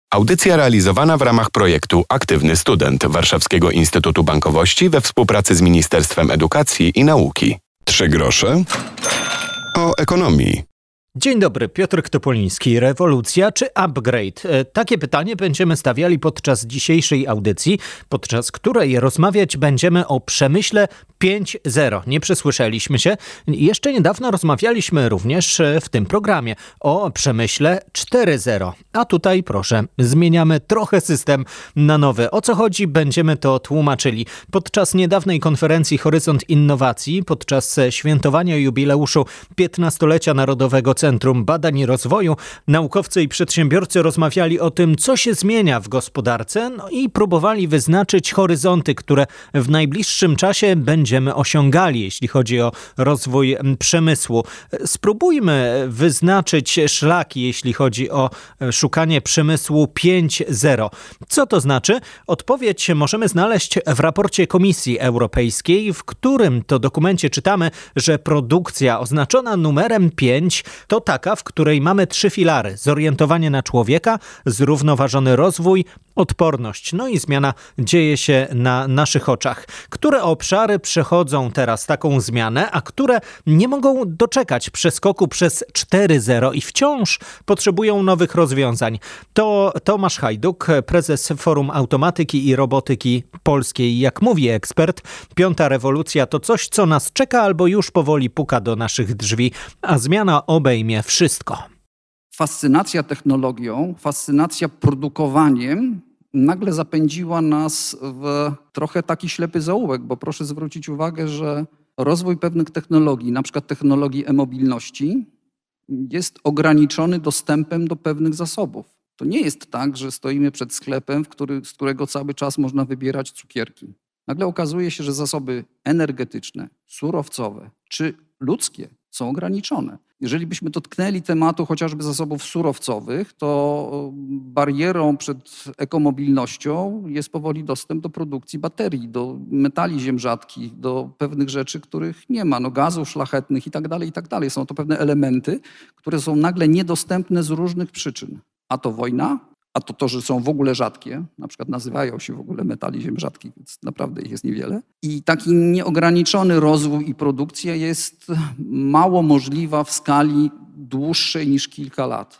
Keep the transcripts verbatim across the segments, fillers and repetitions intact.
Audycja realizowana w ramach projektu Aktywny Student Warszawskiego Instytutu Bankowości we współpracy z Ministerstwem Edukacji i Nauki. Trzy grosze o ekonomii. Dzień dobry, Piotr Topoliński. Rewolucja czy upgrade? Takie pytanie będziemy stawiali podczas dzisiejszej audycji, podczas której rozmawiać będziemy o przemyśle pięć zero. Nie przesłyszeliśmy się. Jeszcze niedawno rozmawialiśmy również w tym programie o przemyśle cztery zero. A tutaj, proszę, zmieniamy trochę system na nowy. O co chodzi, będziemy to tłumaczyli. Podczas niedawnej konferencji Horyzont Innowacji, podczas świętowania jubileuszu piętnastolecia Narodowego Centrum Badań i Rozwoju, naukowcy i przedsiębiorcy rozmawiali o tym, co się zmienia w gospodarce, no i próbowali wyznaczyć horyzonty, które w najbliższym czasie będziemy osiągali, jeśli chodzi o rozwój przemysłu. Spróbujmy wyznaczyć szlaki, jeśli chodzi o szukanie przemysłu pięć zero. Co to znaczy? Odpowiedź możemy znaleźć w raporcie Komisji Europejskiej, w którym to dokumencie czytamy, że produkcja oznaczona numerem pięć to taka, w której mamy trzy filary: zorientowanie na człowieka, zrównoważony rozwój, odporność. No i zmiana dzieje się na naszych oczach. Które obszary przechodzą teraz taką zmianę, a które nie mogą doczekać przeskoku przez cztery zero i wciąż potrzebują nowych rozwiązań? To Tomasz Hajduk, prezes Forum Automatyki i Robotyki Polskiej. Jak mówi ekspert, piąta rewolucja to coś, co nas czeka albo już powoli puka do naszych drzwi, a zmiana obejmie wszystko. Fascynacja technologią, fascynacja produkowaniem nagle zapędziła nas w trochę taki ślepy zaułek, bo proszę zwrócić uwagę, że rozwój pewnych technologii, na przykład technologii e-mobilności, jest ograniczony dostępem do pewnych zasobów. To nie jest tak, że stoimy przed sklepem, w który, z którego cały czas można wybierać cukierki. Nagle okazuje się, że zasoby energetyczne, surowcowe czy ludzkie są ograniczone. Jeżeli byśmy dotknęli tematu chociażby zasobów surowcowych, to barierą przed ekomobilnością jest powoli dostęp do produkcji baterii, do metali ziem rzadkich, do pewnych rzeczy, których nie ma, no gazów szlachetnych i tak dalej, i tak dalej. Są to pewne elementy, które są nagle niedostępne z różnych przyczyn. A to wojna, a to to, że są w ogóle rzadkie, na przykład nazywają się w ogóle metali ziem rzadkich, więc naprawdę ich jest niewiele. I taki nieograniczony rozwój i produkcja jest mało możliwa w skali dłuższej niż kilka lat.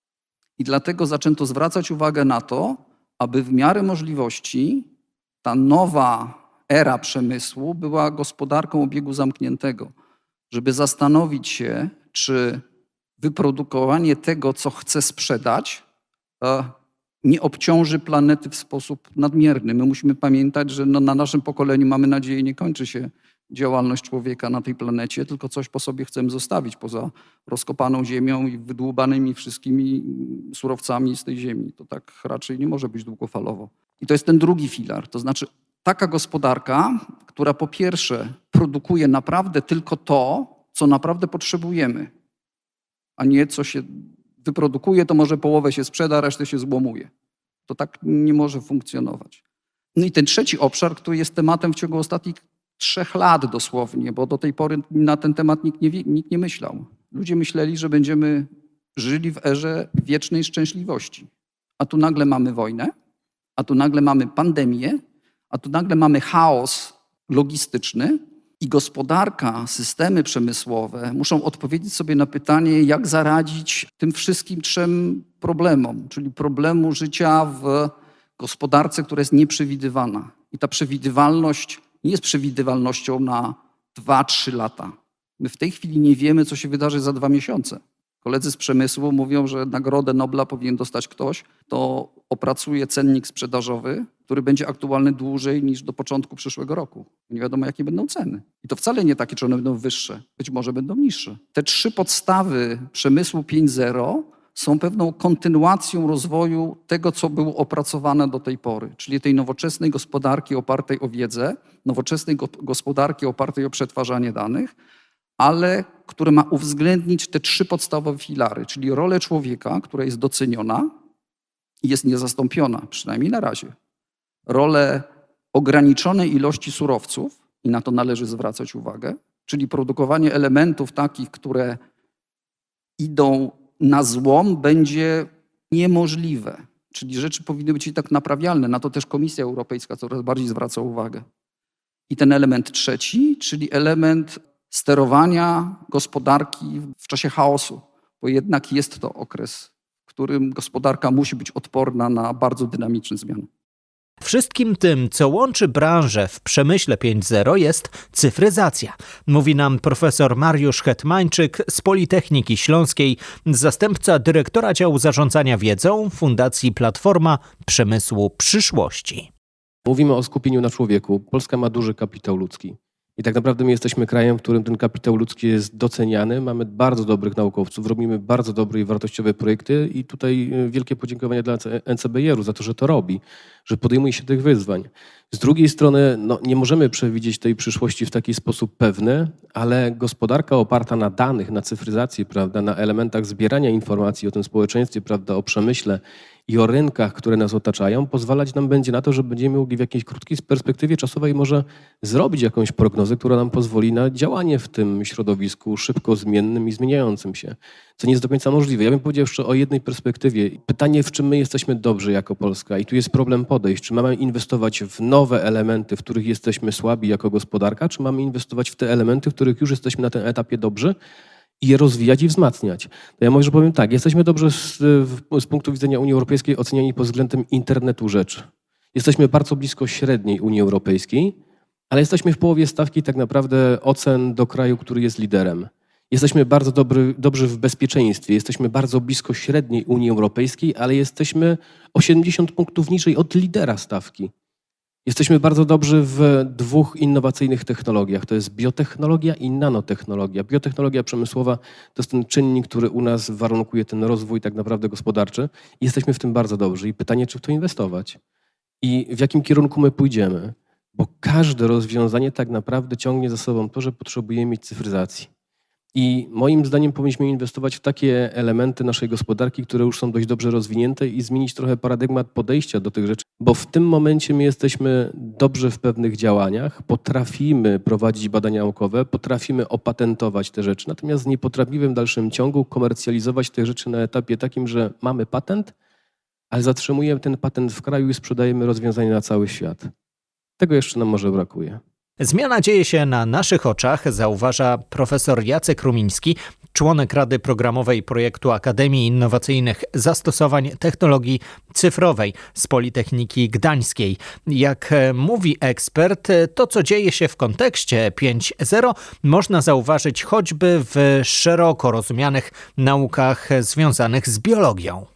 I dlatego zaczęto zwracać uwagę na to, aby w miarę możliwości ta nowa era przemysłu była gospodarką obiegu zamkniętego, żeby zastanowić się, czy wyprodukowanie tego, co chce sprzedać, nie obciąży planety w sposób nadmierny. My musimy pamiętać, że no na naszym pokoleniu, mamy nadzieję, nie kończy się działalność człowieka na tej planecie, tylko coś po sobie chcemy zostawić poza rozkopaną ziemią i wydłubanymi wszystkimi surowcami z tej ziemi. To tak raczej nie może być długofalowo. I to jest ten drugi filar, to znaczy taka gospodarka, która po pierwsze produkuje naprawdę tylko to, co naprawdę potrzebujemy, a nie co się wyprodukuje, to może połowę się sprzeda, resztę się złomuje. To tak nie może funkcjonować. No i ten trzeci obszar, który jest tematem w ciągu ostatnich trzech lat dosłownie, bo do tej pory na ten temat nikt nie, nikt nie myślał. Ludzie myśleli, że będziemy żyli w erze wiecznej szczęśliwości. A tu nagle mamy wojnę, a tu nagle mamy pandemię, a tu nagle mamy chaos logistyczny, i gospodarka, systemy przemysłowe muszą odpowiedzieć sobie na pytanie, jak zaradzić tym wszystkim trzem problemom, czyli problemu życia w gospodarce, która jest nieprzewidywana. I ta przewidywalność nie jest przewidywalnością na dwa, trzy lata. My w tej chwili nie wiemy, co się wydarzy za dwa miesiące. Koledzy z przemysłu mówią, że Nagrodę Nobla powinien dostać ktoś, kto opracuje cennik sprzedażowy, który będzie aktualny dłużej niż do początku przyszłego roku. Nie wiadomo, jakie będą ceny. I to wcale nie takie, czy one będą wyższe. Być może będą niższe. Te trzy podstawy przemysłu pięć zero są pewną kontynuacją rozwoju tego, co było opracowane do tej pory, czyli tej nowoczesnej gospodarki opartej o wiedzę, nowoczesnej gospodarki opartej o przetwarzanie danych, ale które ma uwzględnić te trzy podstawowe filary, czyli rolę człowieka, która jest doceniona i jest niezastąpiona, przynajmniej na razie. Rolę ograniczonej ilości surowców, i na to należy zwracać uwagę, czyli produkowanie elementów takich, które idą na złom, będzie niemożliwe. czyli rzeczy powinny być i tak naprawialne. Na to też Komisja Europejska coraz bardziej zwraca uwagę. I ten element trzeci, czyli element sterowania gospodarki w czasie chaosu, bo jednak jest to okres, w którym gospodarka musi być odporna na bardzo dynamiczne zmiany. Wszystkim tym, co łączy branżę w przemyśle pięć zero, jest cyfryzacja. Mówi nam profesor Mariusz Hetmańczyk z Politechniki Śląskiej, zastępca dyrektora działu zarządzania wiedzą Fundacji Platforma Przemysłu Przyszłości. Mówimy o skupieniu na człowieku. Polska ma duży kapitał ludzki. I tak naprawdę my jesteśmy krajem, w którym ten kapitał ludzki jest doceniany. Mamy bardzo dobrych naukowców, robimy bardzo dobre i wartościowe projekty i tutaj wielkie podziękowania dla N C B R u za to, że to robi, że podejmuje się tych wyzwań. Z drugiej strony no, nie możemy przewidzieć tej przyszłości w taki sposób pewny, ale gospodarka oparta na danych, na cyfryzacji, prawda, na elementach zbierania informacji o tym społeczeństwie, prawda, o przemyśle i o rynkach, które nas otaczają, pozwalać nam będzie na to, że będziemy mogli w jakiejś krótkiej perspektywie czasowej może zrobić jakąś prognozę, która nam pozwoli na działanie w tym środowisku szybko zmiennym i zmieniającym się, co nie jest do końca możliwe. Ja bym powiedział jeszcze o jednej perspektywie. Pytanie, w czym my jesteśmy dobrzy jako Polska i tu jest problem podejść. Czy mamy inwestować w nowe elementy, w których jesteśmy słabi jako gospodarka, czy mamy inwestować w te elementy, w których już jesteśmy na tym etapie dobrzy, i je rozwijać i wzmacniać. To ja może powiem tak, jesteśmy dobrze z, z punktu widzenia Unii Europejskiej oceniani pod względem internetu rzeczy. Jesteśmy bardzo blisko średniej Unii Europejskiej, ale jesteśmy w połowie stawki tak naprawdę ocen do kraju, który jest liderem. Jesteśmy bardzo dobry, dobrzy w bezpieczeństwie, jesteśmy bardzo blisko średniej Unii Europejskiej, ale jesteśmy o siedemdziesiąt punktów niżej od lidera stawki. Jesteśmy bardzo dobrzy w dwóch innowacyjnych technologiach. To jest biotechnologia i nanotechnologia. Biotechnologia przemysłowa to jest ten czynnik, który u nas warunkuje ten rozwój tak naprawdę gospodarczy. I jesteśmy w tym bardzo dobrzy. I pytanie, czy w to inwestować? I w jakim kierunku my pójdziemy? Bo każde rozwiązanie tak naprawdę ciągnie za sobą to, że potrzebujemy mieć cyfryzacji. I moim zdaniem powinniśmy inwestować w takie elementy naszej gospodarki, które już są dość dobrze rozwinięte i zmienić trochę paradygmat podejścia do tych rzeczy, bo w tym momencie my jesteśmy dobrzy w pewnych działaniach, potrafimy prowadzić badania naukowe, potrafimy opatentować te rzeczy, natomiast nie potrafimy w dalszym ciągu komercjalizować tych rzeczy na etapie takim, że mamy patent, ale zatrzymujemy ten patent w kraju i sprzedajemy rozwiązanie na cały świat. Tego jeszcze nam może brakuje. Zmiana dzieje się na naszych oczach, zauważa profesor Jacek Rumiński, członek Rady Programowej projektu Akademii Innowacyjnych Zastosowań Technologii Cyfrowej z Politechniki Gdańskiej. Jak mówi ekspert, to co dzieje się w kontekście pięć zero można zauważyć choćby w szeroko rozumianych naukach związanych z biologią.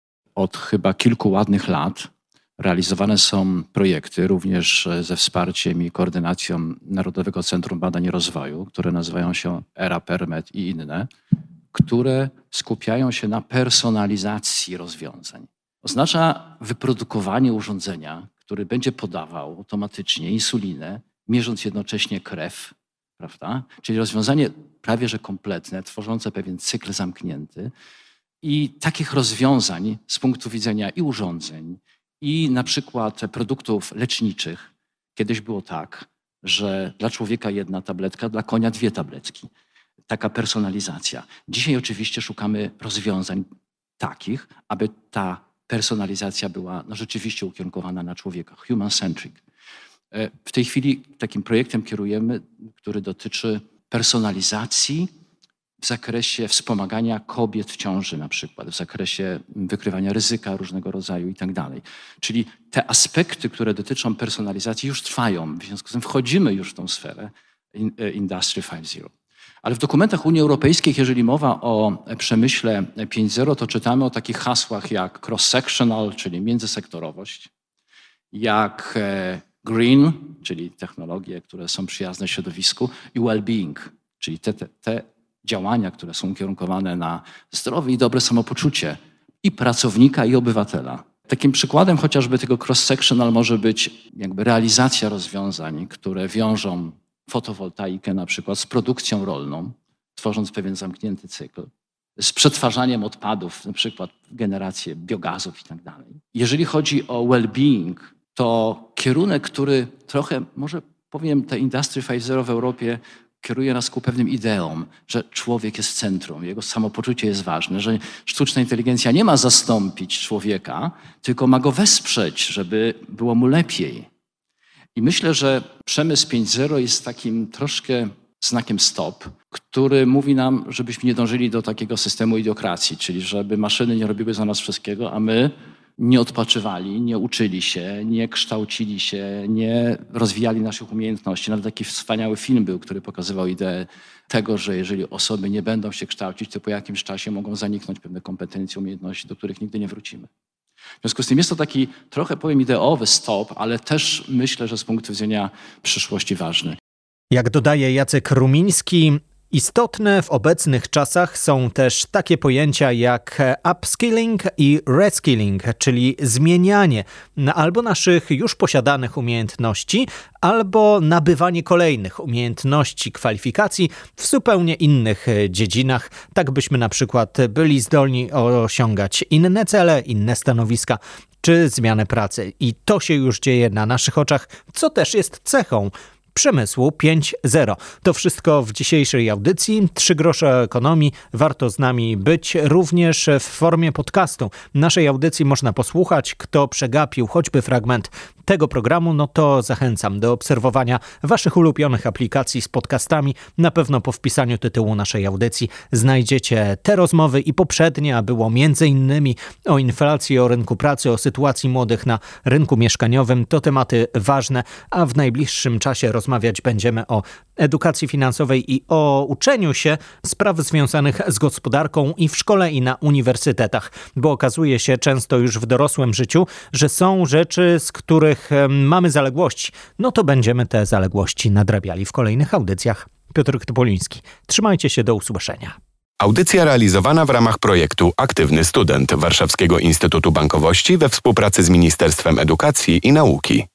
Od chyba kilku ładnych lat realizowane są projekty, również ze wsparciem i koordynacją Narodowego Centrum Badań i Rozwoju, które nazywają się ERA, PERMET i inne, które skupiają się na personalizacji rozwiązań. Oznacza wyprodukowanie urządzenia, który będzie podawał automatycznie insulinę, mierząc jednocześnie krew, prawda? Czyli rozwiązanie prawie że kompletne, tworzące pewien cykl zamknięty. I takich rozwiązań z punktu widzenia i urządzeń, i na przykład produktów leczniczych. Kiedyś było tak, że dla człowieka jedna tabletka, dla konia dwie tabletki. Taka personalizacja. Dzisiaj oczywiście szukamy rozwiązań takich, aby ta personalizacja była no, rzeczywiście ukierunkowana na człowieka, human-centric. W tej chwili takim projektem kierujemy, który dotyczy personalizacji w zakresie wspomagania kobiet w ciąży na przykład, w zakresie wykrywania ryzyka różnego rodzaju i tak dalej. Czyli te aspekty, które dotyczą personalizacji już trwają, w związku z tym wchodzimy już w tą sferę Industry pięć zero. Ale w dokumentach Unii Europejskiej, jeżeli mowa o przemyśle pięć zero, to czytamy o takich hasłach jak cross-sectional, czyli międzysektorowość, jak green, czyli technologie, które są przyjazne środowisku, i well-being, czyli te, te, te działania, które są ukierunkowane na zdrowie i dobre samopoczucie i pracownika, i obywatela. Takim przykładem chociażby tego cross-sectional może być jakby realizacja rozwiązań, które wiążą fotowoltaikę na przykład z produkcją rolną, tworząc pewien zamknięty cykl, z przetwarzaniem odpadów, na przykład generację biogazów i tak dalej. Jeżeli chodzi o well-being, to kierunek, który trochę, może powiem, te Industry pięć zero w Europie kieruje nas ku pewnym ideom, że człowiek jest w centrum, jego samopoczucie jest ważne, że sztuczna inteligencja nie ma zastąpić człowieka, tylko ma go wesprzeć, żeby było mu lepiej. I myślę, że przemysł pięć zero jest takim troszkę znakiem stop, który mówi nam, żebyśmy nie dążyli do takiego systemu idiokracji, czyli żeby maszyny nie robiły za nas wszystkiego, a my nie odpoczywali, nie uczyli się, nie kształcili się, nie rozwijali naszych umiejętności. Nawet taki wspaniały film był, który pokazywał ideę tego, że jeżeli osoby nie będą się kształcić, to po jakimś czasie mogą zaniknąć pewne kompetencje, umiejętności, do których nigdy nie wrócimy. W związku z tym jest to taki trochę, powiem, ideowy stop, ale też myślę, że z punktu widzenia przyszłości ważny. Jak dodaje Jacek Rumiński, istotne w obecnych czasach są też takie pojęcia jak upskilling i reskilling, czyli zmienianie albo naszych już posiadanych umiejętności, albo nabywanie kolejnych umiejętności, kwalifikacji w zupełnie innych dziedzinach, tak byśmy na przykład byli zdolni osiągać inne cele, inne stanowiska czy zmianę pracy. I to się już dzieje na naszych oczach, co też jest cechą Przemysłu pięć zero. To wszystko w dzisiejszej audycji. Trzy grosze ekonomii. Warto z nami być również w formie podcastu. Naszej audycji można posłuchać. Kto przegapił choćby fragment tego programu, no to zachęcam do obserwowania waszych ulubionych aplikacji z podcastami. Na pewno po wpisaniu tytułu naszej audycji znajdziecie te rozmowy i poprzednie, a było między innymi o inflacji, o rynku pracy, o sytuacji młodych na rynku mieszkaniowym. To tematy ważne, a w najbliższym czasie rozmawiać będziemy o edukacji finansowej i o uczeniu się spraw związanych z gospodarką i w szkole, i na uniwersytetach, bo okazuje się często już w dorosłym życiu, że są rzeczy, z których mamy zaległości. No to będziemy te zaległości nadrabiali w kolejnych audycjach. Piotr Topoliński. Trzymajcie się, do usłyszenia. Audycja realizowana w ramach projektu Aktywny Student Warszawskiego Instytutu Bankowości we współpracy z Ministerstwem Edukacji i Nauki.